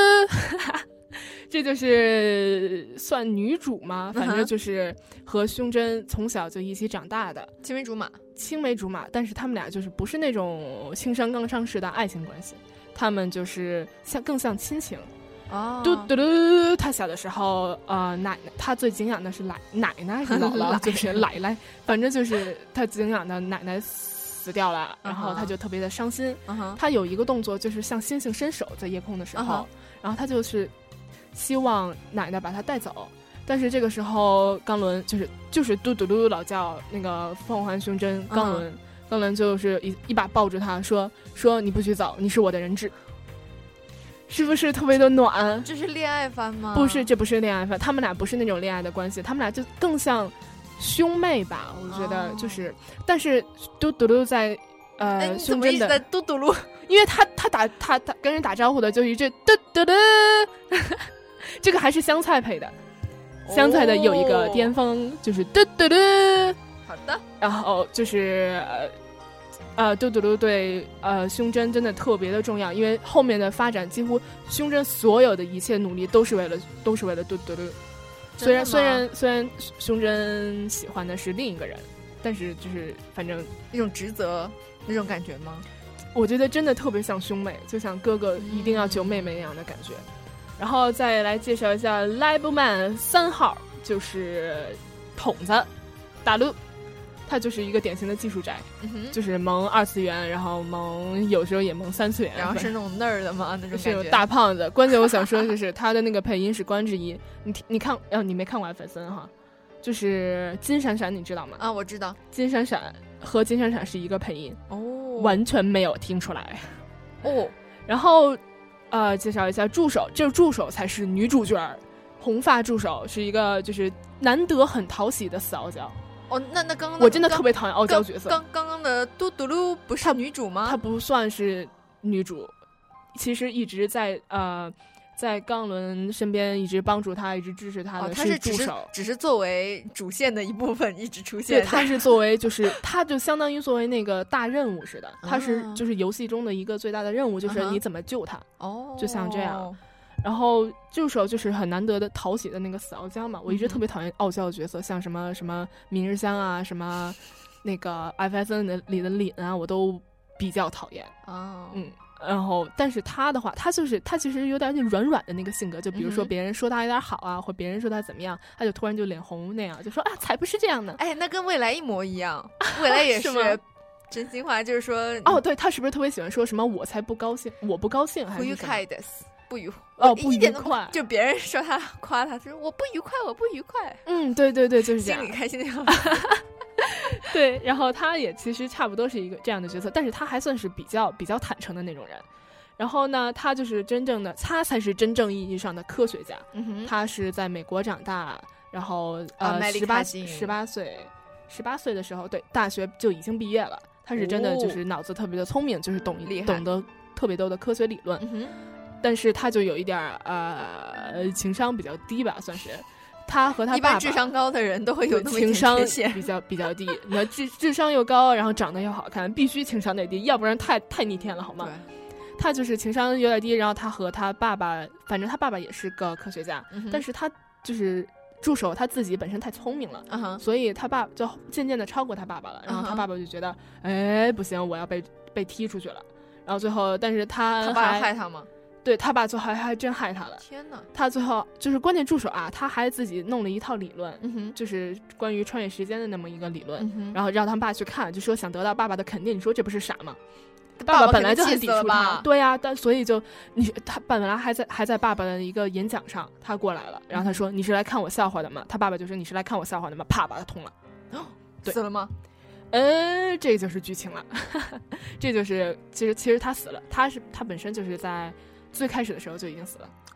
这就是算女主吗？反正就是和胸针从小就一起长大的
青梅竹马，
青梅竹马。但是他们俩就是不是那种轻伤杠上式的爱情关系，他们就是像更像亲情。
哦，
嘟嘟嘟，他小的时候，呃，奶奶，他最敬仰的是奶奶奶是姥姥，就是奶奶，反正就是他敬仰的奶奶死掉了，然后他就特别的伤心。
Uh-huh.
他有一个动作，就是向星星伸手，在夜空的时候，
Uh-huh.
然后他就是希望奶奶把他带走，但是这个时候冈伦就是就是嘟嘟嘟老叫那个凤凰胸针冈伦， uh-huh. 冈伦就是一一把抱住他说说你不许走，你是我的人质。是不是特别的暖？
这是恋爱番吗？
不是，这不是恋爱番，他们俩不是那种恋爱的关系，他们俩就更像兄妹吧，我觉得就是，哦、但是嘟嘟噜在呃、
哎、胸针的嘟嘟噜，
因为他他打他他跟人打招呼的就一句嘟嘟噜，这个还是香菜配的，香菜的有一个巅峰、哦、就是嘟嘟噜，
好的，
然后就是呃。呃，嘟嘟噜对呃胸针真的特别的重要，因为后面的发展几乎胸针所有的一切努力都是为了都是为了嘟嘟噜。虽然虽然虽然胸针喜欢的是另一个人，但是就是反正
一种职责那种感觉吗？
我觉得真的特别像兄妹，就像哥哥一定要救妹妹那样的感觉。嗯、然后再来介绍一下 Labman 三号，就是筒子大陆。他就是一个典型的技术宅、
嗯、
就是萌二次元，然后萌有时候也萌三次元，
然后是那种 nerd 的吗？那种
是有大胖子。关键我想说就是他的那个配音是关之一，你你看，哦，你没看过艾粉森哈？就是金闪闪，你知道吗？
啊，我知道，
金闪闪和金闪闪是一个配音
哦，
完全没有听出来
哦。
然后呃，介绍一下助手，这个助手才是女主角，红发助手是一个就是难得很讨喜的死傲娇。
哦，那那刚刚
我真的特别讨厌傲娇角色。
刚刚刚的嘟嘟噜不是女主吗？
她不算是女主，其实一直在呃，在冈伦身边一直帮助她，一直支持她的
是
助手，
哦、只是作为主线的一部分一直出现。
对，她是作为就是她就相当于作为那个大任务似的，她是就是游戏中的一个最大的任务，就是你怎么救她。
哦，
就像这样。然后助手就是很难得的讨喜的那个死傲娇嘛，我一直特别讨厌傲娇的角色，嗯、像什么什么明日香啊，什么那个 F S N 的里的凛啊，我都比较讨厌。
哦，
嗯，然后但是他的话，他就是他其实有点软软的那个性格，就比如说别人说他有点好啊，嗯、或别人说他怎么样，他就突然就脸红那样，就说啊，才不是这样呢。
哎，那跟未来一模一样，未来也是。是真心话就是说，
哦，对，他是不是特别喜欢说什么我才不高兴，我不高兴，还是什么？
不愉快
哦，不愉快，
就别人说他夸他，说我不愉快，我不愉快。
嗯，对对对，就是这样，
心里开心的样子。
对，然后他也其实差不多是一个这样的角色，但是他还算是比较比较坦诚的那种人。然后呢，他就是真正的，他才是真正意义上的科学家。
嗯、
他是在美国长大，然后呃，十八十八岁，十八岁的时候，对，大学就已经毕业了。他是真的就是脑子特别的聪明，哦、就是懂懂得特别多的科学理论。
嗯
但是他就有一点呃情商比较低吧，算是。他和他爸爸
一般智商高的人都会有那么一点
情商
缺陷
比较比较低。你要智智商又高，然后长得又好看，必须情商得低，要不然太太逆天了，好吗？他就是情商有点低，然后他和他爸爸，反正他爸爸也是个科学家，
嗯、
但是他就是助手他自己本身太聪明了，
嗯、
所以他爸就渐渐的超过他爸爸了。然后他爸爸就觉得，
嗯、
哎，不行，我要被被踢出去了。然后最后，但是他
他爸害他吗？
对，他爸最后还还真害他了。
天哪！
他最后就是关键助手啊，他还自己弄了一套理论，
嗯哼，
就是关于穿越时间的那么一个理论，
嗯、
然后让他爸去看，就说想得到爸爸的肯定。你说这不是傻吗？
爸
爸本来就很抵触
他，
对呀、啊，但所以就你他本来还在还在爸爸的一个演讲上，他过来了，然后他说、嗯、你是来看我笑话的吗？他爸爸就说你是来看我笑话的吗？啪把他捅了，
哦，
对，
死了吗？
呃，这就是剧情了，这就是其实其实他死了，他是他本身就是在最开始的时候就已经死了。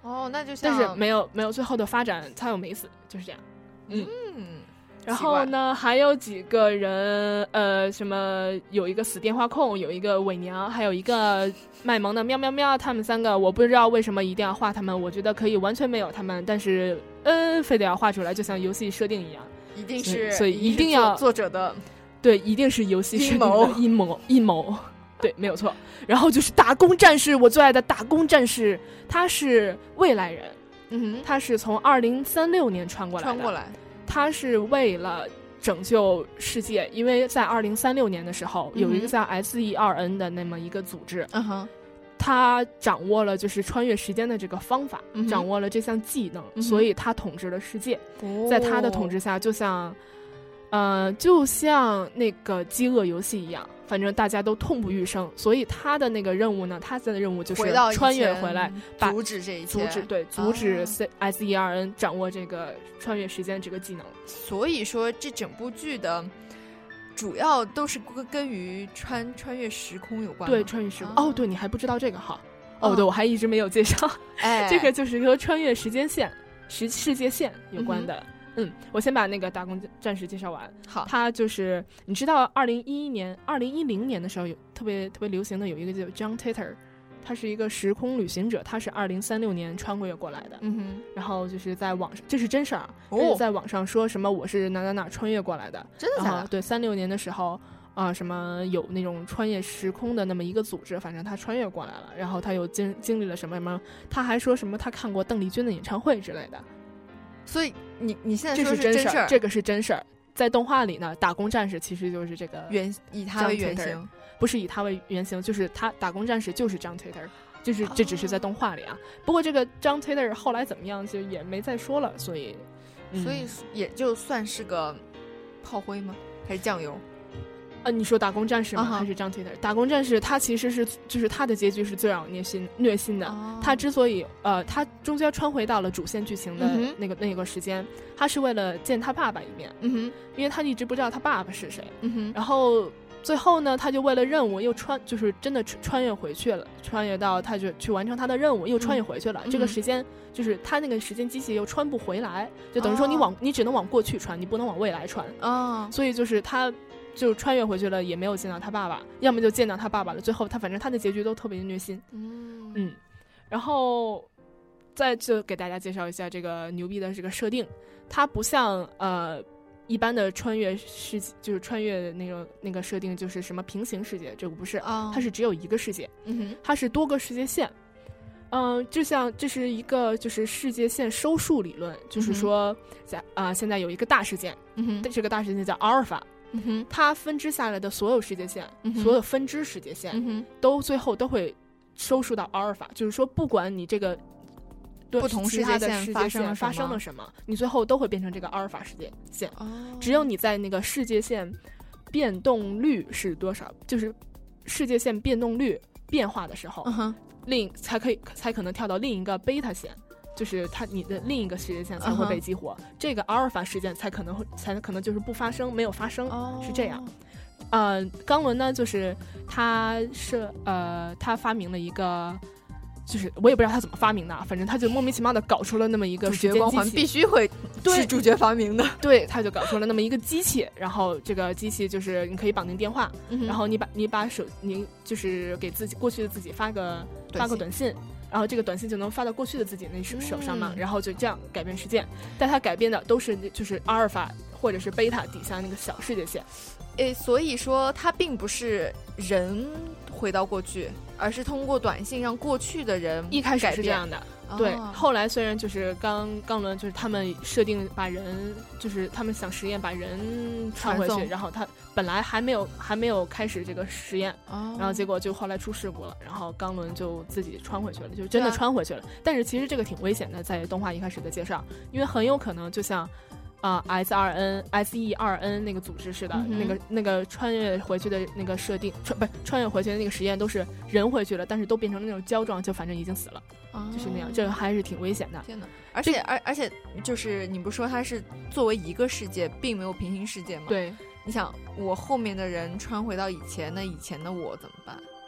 哦，那就像
但是没有没有最后的发展，他又没死，就是这样。嗯。
嗯
然后呢，还有几个人，呃，什么有一个死电话控，有一个伪娘，还有一个卖萌的喵喵喵，他们三个我不知道为什么一定要画他们，我觉得可以完全没有他们，但是呃，非得要画出来，就像游戏设定一样，
一定是，
所以一定要
作者的，
对，一定是游戏设定的阴谋阴谋，对，没有错。然后就是打工战士，我最爱的打工战士，他是未来人，
嗯哼，
他是从二零三六年穿过来的，
穿过来。
他是为了拯救世界，因为在二零三六年的时候，
嗯、
有一个叫 S E 二 N 的那么一个组织，
嗯哼，
他掌握了就是穿越时间的这个方法，
嗯、
掌握了这项技能，
嗯、
所以他统治了世界。
哦、
在他的统治下，就像，呃，就像那个饥饿游戏一样。反正大家都痛不欲生，所以他的那个任务呢，他的任务就是穿越回来，
阻止这一切，
阻止对，阻止 S E 二 N 掌握这个穿越时间这个技能。
所以说，这整部剧的主要都是跟于穿穿越时空有关。
对，穿越时空。
哦，
哦对，你还不知道这个哈？哦，对，我还一直没有介绍。
哎，
这个就是和穿越时间线、时世界线有关的。嗯嗯，我先把那个打工战士介绍完。
好，
他就是你知道，二零一一年、二零一零年的时候有特别特别流行的有一个叫 John Titor， 他是一个时空旅行者，他是二零三六年穿越过来的。
嗯哼，
然后就是在网上，这是真事儿，
哦，
就是在网上说什么我是哪哪哪穿越过来的，
真的假的？
对，三六年的时候啊、呃，什么有那种穿越时空的那么一个组织，反正他穿越过来了，然后他又经经历了什么什么，他还说什么他看过邓丽君的演唱会之类的。
所以你你现在说
这是真
事儿，
这个是真事儿。在动画里呢，打工战士其实就是这个
原以他为原型，
不是以他为原型，就是他打工战士就是 John Titor， 就是这只是在动画里啊。哦、不过这个 John Titor 后来怎么样就也没再说了，所以、
嗯、所以也就算是个炮灰吗？还是酱油？
呃，你说打工战士吗？
uh-huh.
还是 John Titor？ 打工战士他其实是就是他的结局是最让我虐心虐心的。
Oh.
他之所以呃，他中间穿回到了主线剧情的那个、
mm-hmm.
那个时间，他是为了见他爸爸一面。
嗯哼，
因为他一直不知道他爸爸是谁。
嗯哼，
然后最后呢，他就为了任务又穿，就是真的穿越回去了，穿越到他就去完成他的任务，又穿越回去了。
嗯、
这个时间就是他那个时间机器又穿不回来，就等于说你往、oh. 你只能往过去穿，你不能往未来穿。
啊、
oh. 所以就是他。就穿越回去了，也没有见到他爸爸，要么就见到他爸爸了。最后他反正他的结局都特别虐心。
嗯
嗯，然后再就给大家介绍一下这个牛逼的这个设定，它不像呃一般的穿越世界，就是穿越那个那个设定，就是什么平行世界，这个不是，
哦、
它是只有一个世界，
嗯哼，
它是多个世界线。嗯、呃，就像这是一个就是世界线收束理论，就是说在啊、呃、现在有一个大事件，
嗯哼，
这个大事件叫阿尔法。
嗯哼，
它分支下来的所有世界线，
嗯、
所有分支世界线，
嗯哼，
都最后都会收束到阿尔法，就是说，不管你这个
不同世界线
发生了
发
生了什么，你最后都会变成这个阿尔法世界线。
哦，
只有你在那个世界线变动率是多少，就是世界线变动率变化的时候，
嗯哼，
另才可以才可能跳到另一个贝塔线。就是它，你的另一个世界线才会被激活， uh-huh. 这个阿尔法事件才可能会，才可能就是不发生，没有发生，
oh.
是这样。呃，冈伦呢，就是他是呃，他发明了一个，就是我也不知道他怎么发明的，反正他就莫名其妙的搞出了那么一个
主角光环，必须会是主角发明的。
对，他就搞出了那么一个机器，然后这个机器就是你可以绑定电话，
嗯、
然后你把你把手，你就是给自己过去的自己发个发个短信。然后这个短信就能发到过去的自己那手手上嘛、嗯，然后就这样改变世界。但它改变的都是就是阿尔法或者是贝塔底下那个小世界线。
诶，所以说它并不是人回到过去，而是通过短信让过去的人
一开始是这样的。对，
哦、
后来虽然就是刚刚伦就是他们设定把人，就是他们想实验把人穿回去，然后他本来还没有还没有开始这个实验，
哦、
然后结果就后来出事故了，然后刚伦就自己穿回去了，就真的穿回去了。但是其实这个挺危险的，在动画一开始的介绍，因为很有可能就像。啊、呃、，S 二 N S E 二 N 那个组织似的、
嗯，
那个那个穿越回去的那个设定，穿不是穿越回去的那个实验都是人回去了，但是都变成那种胶状，就反正已经死了，
哦、
就是那样，这个还是挺危险的。
天哪！而且而而且就是你不说它是作为一个世界，并没有平行世界吗？
对，
你想我后面的人穿回到以前，那以前的我怎么办？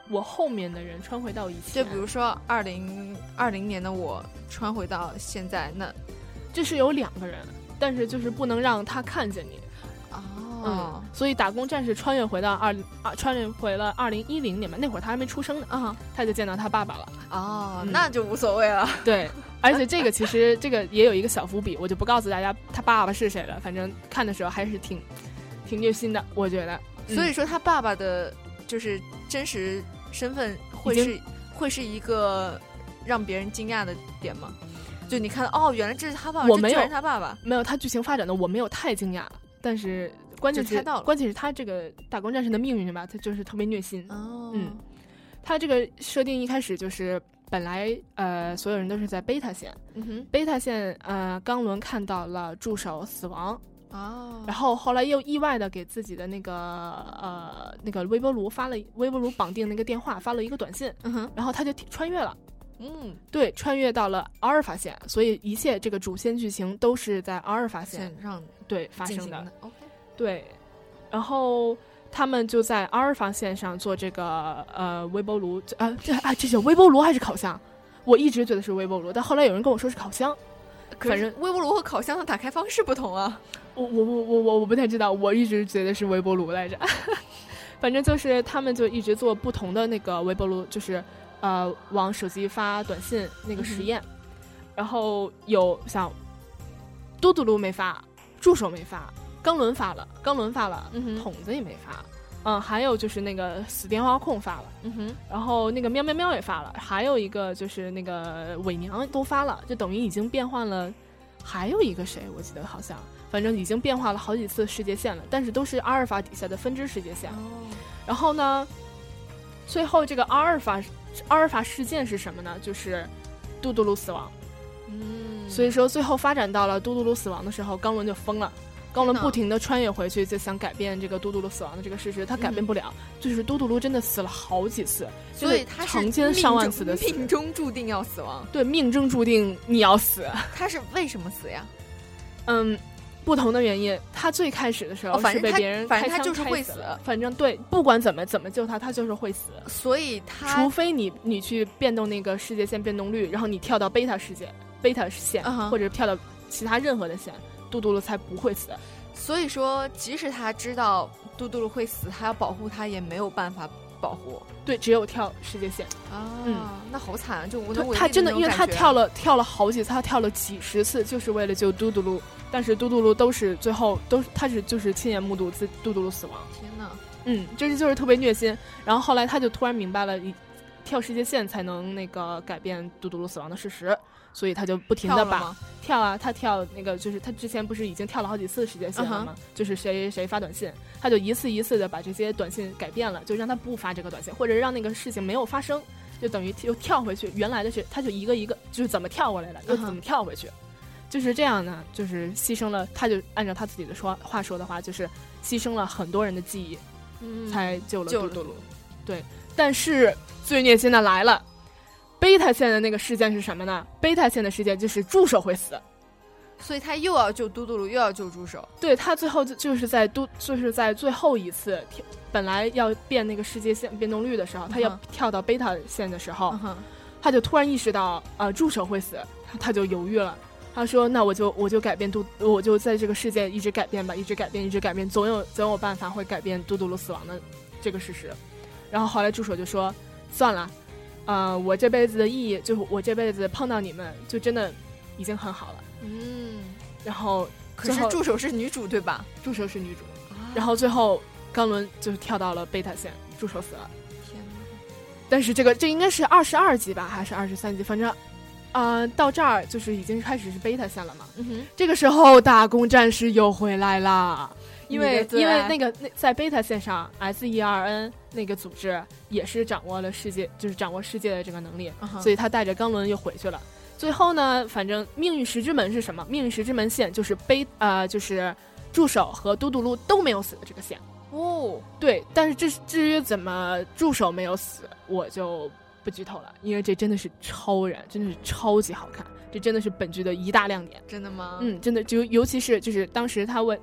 我后面的人穿回到以前。
就比如说二零二零年的我穿回到现在，那
这是有两个人，但是就是不能让他看见你。
哦，
嗯，所以打工战士穿越回到二啊，穿越回了二零一零年吧，那会儿他还没出生呢
啊，
他就见到他爸爸了。
哦，
嗯、
那就无所谓了。
对，而且这个其实这个也有一个小伏笔，我就不告诉大家他爸爸是谁了，反正看的时候还是挺挺虐心的，我觉得。
嗯、所以说他爸爸的就是真实身份会是会是一个让别人惊讶的点吗？就你看哦，原来这是他爸爸，
我没有
这居然是他爸爸，
没有他剧情发展的我没有太惊讶，但是关键是关键是他这个打工战士的命运吧，他就是特别虐心。
哦，
嗯，他这个设定一开始就是本来呃所有人都是在贝塔线，
嗯哼，
贝塔线呃冈伦看到了助手死亡。
哦，
然后后来又意外的给自己的那个呃那个微波炉发了微波炉绑定那个电话发了一个短信，
嗯哼，
然后他就穿越了。
嗯，
对，穿越到了阿尔法线，所以一切这个主线剧情都是在阿尔法线
上
对发生的。
的 OK，
对，然后他们就在阿尔法线上做这个呃微波炉啊，这啊这是微波炉还是烤箱？我一直觉得是微波炉，但后来有人跟我说是烤箱。
反正微波炉和烤箱的打开方式不同啊。
我我我我我我不太知道，我一直觉得是微波炉来着。反正就是他们就一直做不同的那个微波炉，就是呃往手机发短信那个实验，嗯、然后有像嘟嘟噜没发，助手没发，冈伦发了，冈伦发了，
嗯、
筒子也没发。嗯，还有就是那个死电话控发了，
嗯哼，
然后那个喵喵喵也发了，还有一个就是那个伪娘都发了，就等于已经变换了。还有一个谁，我记得好像，反正已经变化了好几次世界线了，但是都是阿尔法底下的分支世界线。
哦，
然后呢，最后这个阿尔法阿尔法事件是什么呢？就是嘟嘟噜死亡。
嗯，
所以说最后发展到了嘟嘟噜死亡的时候，冈伦就疯了。冈伦不停地穿越回去，就想改变这个嘟嘟噜死亡的这个事实，他改变不了。嗯、就是嘟嘟噜真的死了好几次，
所以他是
成千上万次的死，
命中注定要死亡。
对，命中注定你要死。
他是为什么死呀？
嗯，不同的原因。他最开始的时候是被别人
开枪开死，
反正他就是会
死。
反正对，不管怎么怎么救他，他就是会死。
所以他
除非你你去变动那个世界线变动率，然后你跳到贝塔世界、贝塔线，
uh-huh.
或者跳到其他任何的线，嘟嘟噜才不会死。
所以说，即使他知道嘟嘟噜会死，他要保护他也没有办法保护。
对，只有跳世界线
啊，嗯，那好惨啊，就无能为力。
他真的，因为他跳了跳了好几次，他跳了几十次，就是为了救嘟嘟噜。但是嘟嘟噜都是最后都是他是就是亲眼目睹自嘟嘟噜死亡。
天哪，
嗯，就是就是特别虐心。然后后来他就突然明白了，跳世界线才能那个改变嘟嘟噜死亡的事实。所以他就不停的把跳啊，他跳那个就是他之前不是已经跳了好几次世界线了吗？ uh-huh. 就是谁谁发短信，他就一次一次的把这些短信改变了，就让他不发这个短信，或者让那个事情没有发生，就等于又跳回去原来的是，他就一个一个就是怎么跳过来的，又怎么跳回去， uh-huh. 就是这样呢，就是牺牲了，他就按照他自己的说话说的话，就是牺牲了很多人的记忆，
嗯，
才救了嘟嘟噜。
了
对，但是最虐心的来了。贝塔线的那个事件是什么呢？贝塔线的事件就是助手会死，
所以他又要救嘟嘟噜，又要救助手。
对，他最后就就是在嘟，就是在最后一次本来要变那个世界线变动率的时候，他要跳到贝塔线的时候，
嗯、
他就突然意识到，呃，助手会死，他就犹豫了。他说：“那我就我就改变嘟，我就在这个世界一直改变吧，一直改变，一直改变，总有总有办法会改变嘟嘟噜死亡的这个事实。”然后后来助手就说：“算了。”呃，我这辈子的意义就是我这辈子碰到你们就真的已经很好了。
嗯，
然后
可是助手是女主对吧？
助手是女主，啊、然后最后冈伦就跳到了贝塔线，助手死了。
天哪！
但是这个这应该是二十二集吧，还是二十三集？反正，呃，到这儿就是已经开始是贝塔线了嘛。
嗯哼，
这个时候打工战士又回来啦。因为因为那个那在贝塔线上 S E R N 那个组织也是掌握了世界，就是掌握世界的这个能力，
uh-huh.
所以他带着冈伦又回去了。最后呢，反正命运石之门是什么？命运石之门线就是贝呃就是助手和嘟嘟噜都没有死的这个线。
哦，
对，但是这至于怎么助手没有死，我就不剧透了，因为这真的是超燃，真的是超级好看，这真的是本剧的一大亮点。
真的吗？
嗯，真的就尤其是就是当时他问。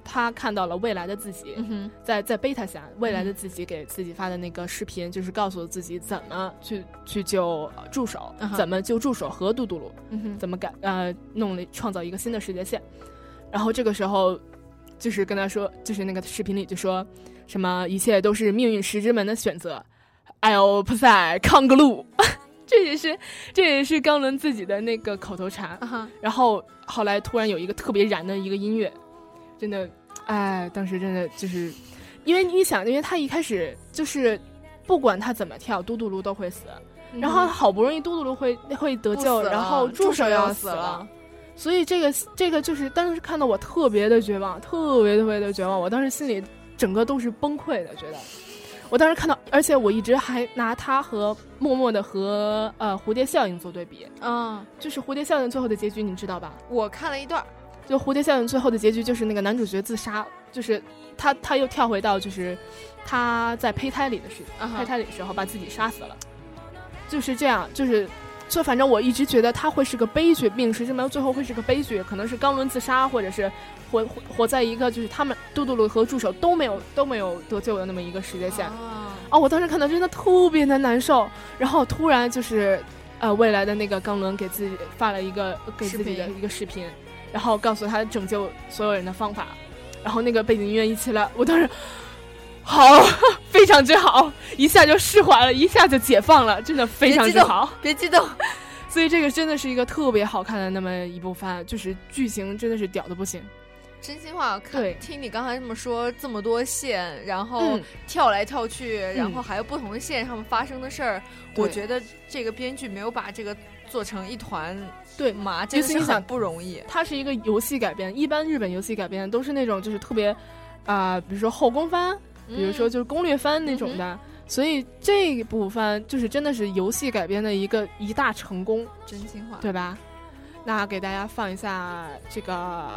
他看到了未来的自己，
嗯、
在在贝塔下未来的自己给自己发的那个视频，嗯、就是告诉自己怎么去去救助手，嗯、怎么救助手和嘟嘟噜，
嗯、
怎么改呃弄了创造一个新的世界线。然后这个时候就是跟他说，就是那个视频里就说什么一切都是命运石之门的选择 ，I'll play 康格鲁。这也是这也是冈伦自己的那个口头禅，
uh-huh.
然后后来突然有一个特别燃的一个音乐，真的，哎，当时真的就是，因为你想，因为他一开始就是不管他怎么跳，嘟嘟噜都会死，嗯、然后好不容易嘟嘟噜会会得救，然后助手要死了，所以这个这个就是当时看到我特别的绝望，特别特别的绝望，我当时心里整个都是崩溃的，觉得。我当时看到，而且我一直还拿它和默默的和呃蝴蝶效应做对比，
嗯，
就是蝴蝶效应最后的结局你知道吧？
我看了一段，
就蝴蝶效应最后的结局就是那个男主角自杀，就是他他又跳回到就是他在胚胎里的事情，
嗯、
胚胎里的时候把自己杀死了，就是这样，就是就反正我一直觉得他会是个悲剧，命石之门最后会是个悲剧，可能是冈伦自杀，或者是活活活在一个就是他们嘟嘟噜和助手都没有都没有得救的那么一个世界线。
啊，
哦，我当时看到真的特别的难受，然后突然就是呃未来的那个冈伦给自己发了一个给自己的一个视频，然后告诉他拯救所有人的方法，然后那个背景音乐一起来，我当时好非常之好，一下就释怀了，一下就解放了，真的非常之好。
别激动，
所以这个真的是一个特别好看的那么一部番，就是剧情真的是屌的不行。
真心话，看
对，
听你刚才这么说，这么多线，然后跳来跳去，嗯、然后还有不同的线上面发生的事儿，我觉得这个编剧没有把这个做成一团
对
麻，真的是很不容易。
它是一个游戏改编，一般日本游戏改编都是那种就是特别啊、呃，比如说后宫番，比如说就是攻略番那种的。嗯，所以这一部分就是真的是游戏改编的一个一大成功，
真心话，
对吧？那给大家放一下这个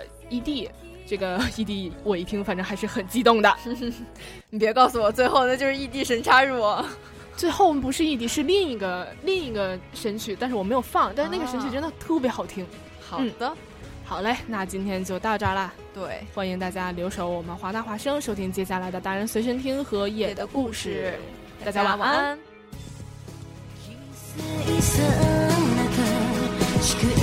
E D， 这个 E D 我一听反正还是很激动的。
你别告诉我最后那就是 E D 神插入，
最后不是 E D 是另一个另一个神曲，但是我没有放，但是那个神曲真的特别好听。
好的。
嗯，好嘞，那今天就到这儿啦。
对，
欢迎大家留守我们华大华声，收听接下来的达人随身听和夜的故事。大家晚安。